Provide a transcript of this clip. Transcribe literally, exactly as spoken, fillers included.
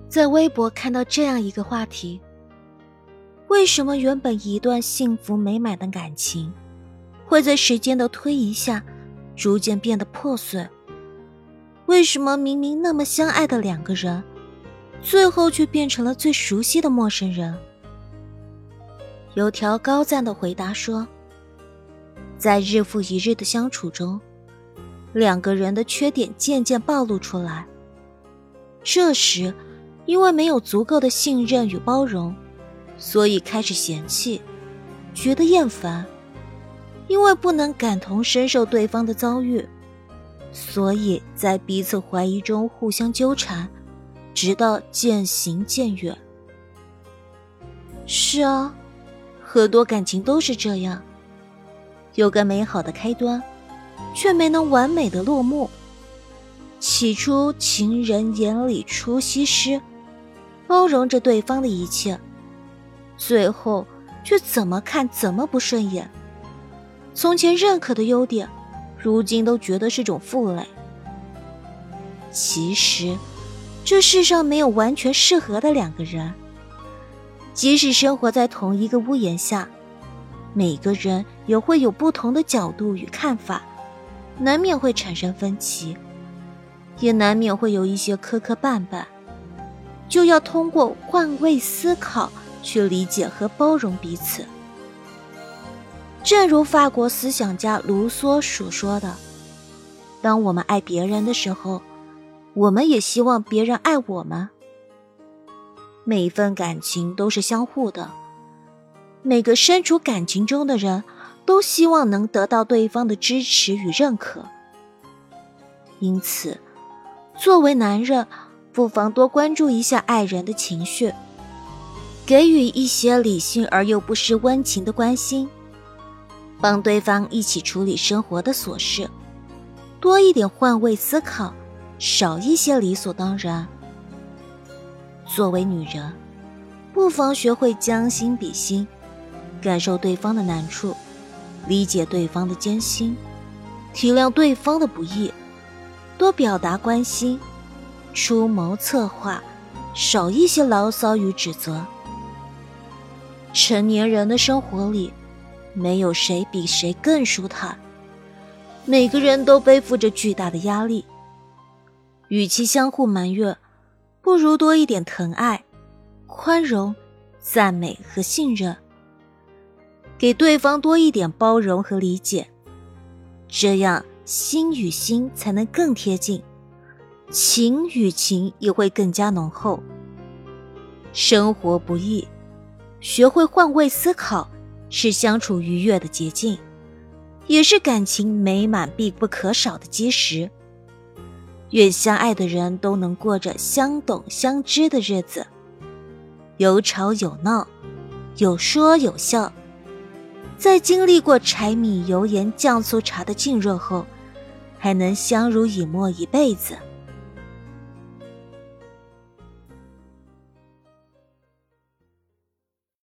在微博看到这样一个话题：为什么原本一段幸福美满的感情，会在时间的推移下逐渐变得破碎？为什么明明那么相爱的两个人，最后却变成了最熟悉的陌生人？有条高赞的回答说，在日复一日的相处中，两个人的缺点渐渐暴露出来。这时，因为没有足够的信任与包容，所以开始嫌弃，觉得厌烦。因为不能感同身受对方的遭遇，所以在彼此怀疑中互相纠缠，直到渐行渐远。是啊，很多感情都是这样，有个美好的开端，却没能完美的落幕。起初情人眼里出西施，包容着对方的一切，最后却怎么看怎么不顺眼。从前认可的优点，如今都觉得是种负累。其实这世上没有完全适合的两个人，即使生活在同一个屋檐下，每个人也会有不同的角度与看法，难免会产生分歧，也难免会有一些磕磕绊绊，就要通过换位思考去理解和包容彼此。正如法国思想家卢梭所说的，当我们爱别人的时候，我们也希望别人爱我们。每一份感情都是相互的，每个身处感情中的人都希望能得到对方的支持与认可。因此，作为男人，不妨多关注一下爱人的情绪，给予一些理性而又不失温情的关心，帮对方一起处理生活的琐事，多一点换位思考，少一些理所当然。作为女人，不妨学会将心比心，感受对方的难处，理解对方的艰辛，体谅对方的不易，多表达关心，出谋策划，少一些牢骚与指责。成年人的生活里，没有谁比谁更舒坦，每个人都背负着巨大的压力。与其相互埋怨，不如多一点疼爱、宽容、赞美和信任，给对方多一点包容和理解，这样心与心才能更贴近，情与情也会更加浓厚。生活不易，学会换位思考是相处愉悦的捷径，也是感情美满必不可少的基石。愿相爱的人都能过着相懂相知的日子，有吵有闹，有说有笑，在经历过柴米油盐酱醋茶的浸润后，还能相濡以沫一辈子。